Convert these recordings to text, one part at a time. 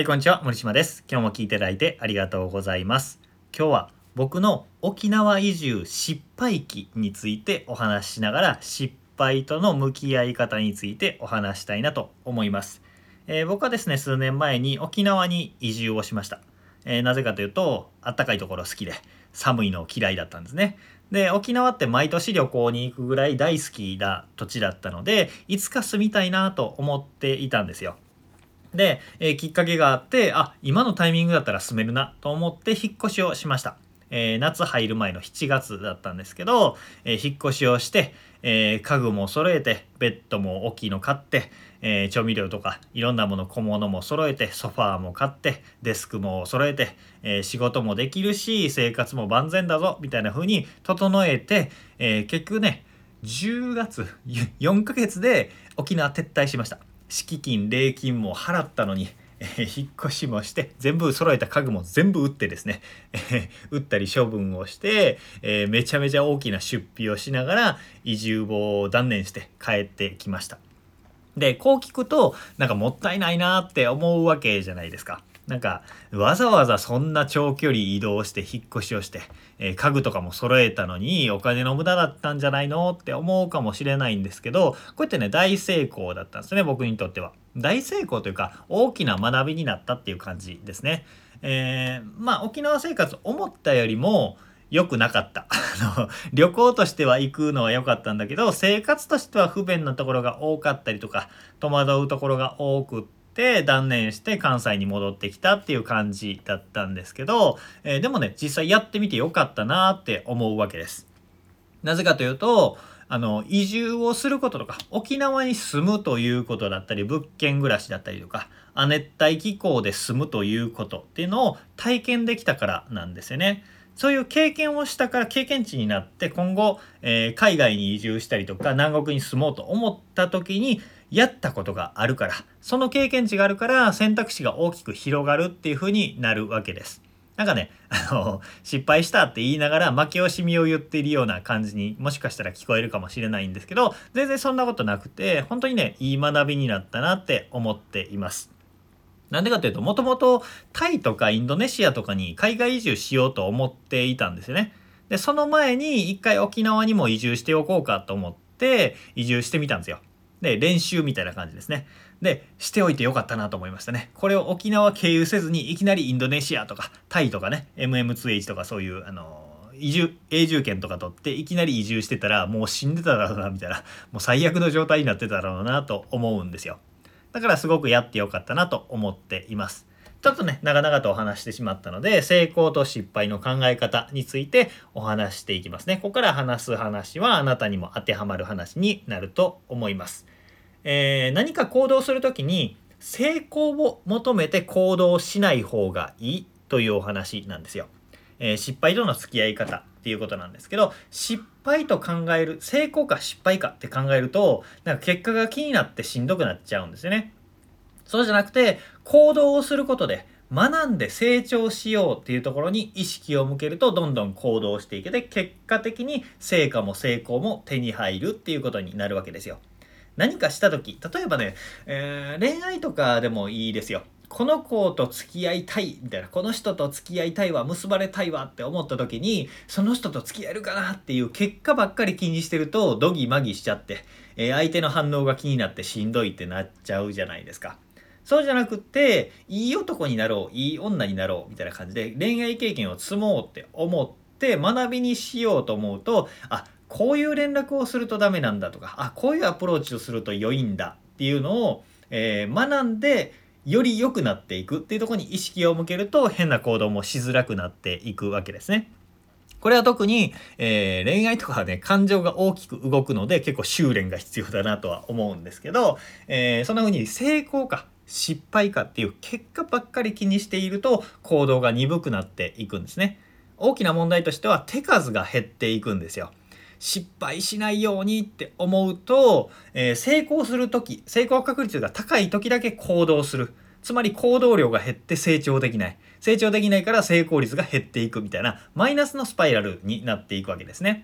はい、こんにちは。森島です。今日も聞いていただいてありがとうございます。今日は僕の沖縄移住失敗記についてお話ししながら、失敗との向き合い方についてお話したいなと思います。僕はですね、数年前に沖縄に移住をしました。なぜかというと、暖かいところ好きで、寒いの嫌いだったんですね。で、沖縄って毎年旅行に行くぐらい大好きな土地だったので、いつか住みたいなと思っていたんですよ。で、きっかけがあって、今のタイミングだったら住めるなと思って引っ越しをしました。夏入る前の7月だったんですけど、引っ越しをして、家具も揃えて、ベッドも大きいの買って、調味料とかいろんなもの小物も揃えて、ソファーも買って、デスクも揃えて、仕事もできるし生活も万全だぞみたいな風に整えて、結局ね10月4ヶ月で沖縄撤退しました。敷金礼金も払ったのに、引っ越しもして全部揃えた家具も全部売ってですね、売ったり処分をして、めちゃめちゃ大きな出費をしながら移住を断念して帰ってきました。でこう聞くとなんかもったいないなって思うわけじゃないですか。なんかわざわざそんな長距離移動して引っ越しをして、家具とかも揃えたのにお金の無駄だったんじゃないのって思うかもしれないんですけど、こうやってね大成功だったんですね。僕にとっては大成功というか大きな学びになったっていう感じですね。沖縄生活思ったよりも良くなかった旅行としては行くのは良かったんだけど、生活としては不便なところが多かったりとか戸惑うところが多くって断念して関西に戻ってきたっていう感じだったんですけど、でもね実際やってみて良かったなって思うわけです。なぜかというと、移住をすることとか沖縄に住むということだったり物件暮らしだったりとか亜熱帯気候で住むということっていうのを体験できたからなんですよね。そういう経験をしたから経験値になって今後、海外に移住したりとか南国に住もうと思った時にやったことがあるから、その経験値があるから選択肢が大きく広がるっていう風になるわけです。なんかね、失敗したって言いながら負け惜しみを言っているような感じにもしかしたら聞こえるかもしれないんですけど、全然そんなことなくて本当にねいい学びになったなって思っています。なんでかというと、もともとタイとかインドネシアとかに海外移住しようと思っていたんですよね。でその前に一回沖縄にも移住しておこうかと思って移住してみたんですよ。で練習みたいな感じですね。でしておいてよかったなと思いましたね。これを沖縄経由せずにいきなりインドネシアとかタイとかね MM2H とかそういう永住権とか取っていきなり移住してたらもう死んでただろうなみたいな、もう最悪の状態になってただろうなと思うんですよ。だからすごくやってよかったなと思っています。ちょっとね長々とお話してしまったので、成功と失敗の考え方についてお話していきますね。ここから話す話はあなたにも当てはまる話になると思います。何か行動するときに成功を求めて行動しない方がいいというお話なんですよ。失敗との付き合い方っていうことなんですけど、失敗と考える、成功か失敗かって考えるとなんか結果が気になってしんどくなっちゃうんですよね。そうじゃなくて行動をすることで学んで成長しようっていうところに意識を向けるとどんどん行動していけて、結果的に成果も成功も手に入るっていうことになるわけですよ。何かした時、例えばね、恋愛とかでもいいですよ。この子と付き合いたいみたいな、この人と付き合いたいわ、結ばれたいわって思った時にその人と付き合えるかなっていう結果ばっかり気にしてるとドギマギしちゃって、相手の反応が気になってしんどいってなっちゃうじゃないですか。そうじゃなくっていい男になろういい女になろうみたいな感じで恋愛経験を積もうって思って学びにしようと思うと、こういう連絡をするとダメなんだとか、こういうアプローチをすると良いんだっていうのを、学んでより良くなっていくっていうところに意識を向けると変な行動もしづらくなっていくわけですね。これは特に、恋愛とかはね感情が大きく動くので結構修練が必要だなとは思うんですけど、そんな風に成功か失敗かっていう結果ばっかり気にしていると行動が鈍くなっていくんですね。大きな問題としては手数が減っていくんですよ。失敗しないようにって思うと、成功する時、成功確率が高い時だけ行動する。つまり行動量が減って成長できない。成長できないから成功率が減っていくみたいなマイナスのスパイラルになっていくわけですね。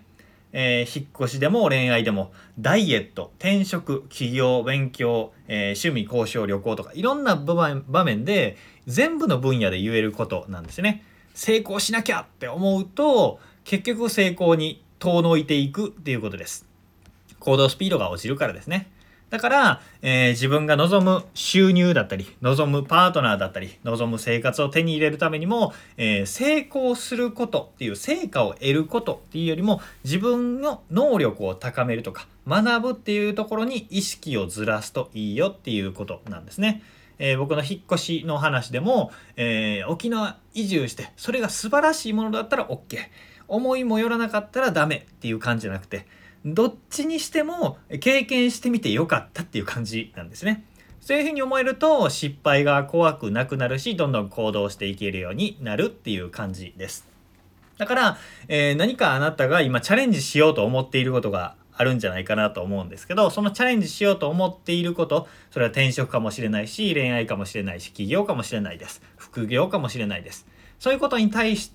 引っ越しでも恋愛でもダイエット、転職、起業、勉強、趣味、交渉、旅行とかいろんな場面で全部の分野で言えることなんですね。成功しなきゃって思うと結局成功に遠のいていくっていうことです。行動スピードが落ちるからですね。だから、自分が望む収入だったり望むパートナーだったり望む生活を手に入れるためにも、成功することっていう成果を得ることっていうよりも自分の能力を高めるとか学ぶっていうところに意識をずらすといいよっていうことなんですね。僕の引っ越しの話でも、沖縄移住してそれが素晴らしいものだったら OK、 思いもよらなかったらダメっていう感じじゃなくて、どっちにしても経験してみてよかったっていう感じなんですね。そういうふうに思えると失敗が怖くなくなるし、どんどん行動していけるようになるっていう感じです。だから、何かあなたが今チャレンジしようと思っていることがあるんじゃないかなと思うんですけど、そのチャレンジしようと思っていること、それは転職かもしれないし恋愛かもしれないし起業かもしれないです、副業かもしれないです。そういうことに対して、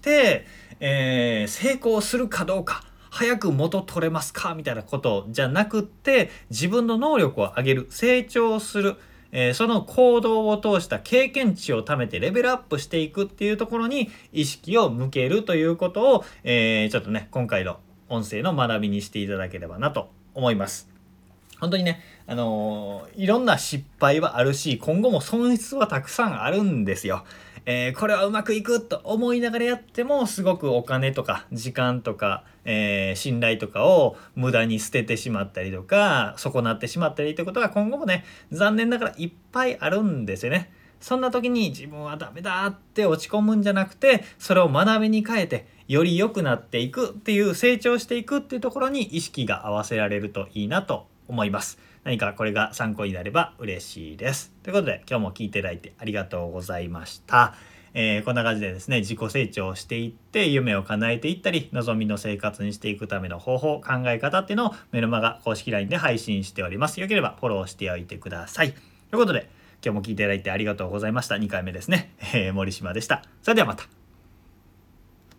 成功するかどうか、早く元取れますかみたいなことじゃなくって、自分の能力を上げる、成長する、その行動を通した経験値を貯めてレベルアップしていくっていうところに意識を向けるということを、ちょっとね今回の音声の学びにしていただければなと思います。本当にね、いろんな失敗はあるし今後も損失はたくさんあるんですよ。これはうまくいくと思いながらやってもすごくお金とか時間とか、信頼とかを無駄に捨ててしまったりとか損なってしまったりということが今後もね残念ながらいっぱいあるんですよね。そんな時に自分はダメだって落ち込むんじゃなくて、それを学びに変えてより良くなっていくっていう成長していくっていうところに意識が合わせられるといいなと思います。何かこれが参考になれば嬉しいです。ということで今日も聞いていただいてありがとうございました。こんな感じでですね自己成長していって夢を叶えていったり望みの生活にしていくための方法考え方っていうのをメルマガ公式 LINE で配信しております。よければフォローしておいてください。ということで今日も聞いていただいてありがとうございました。2回目ですね、森島でした。それではまた。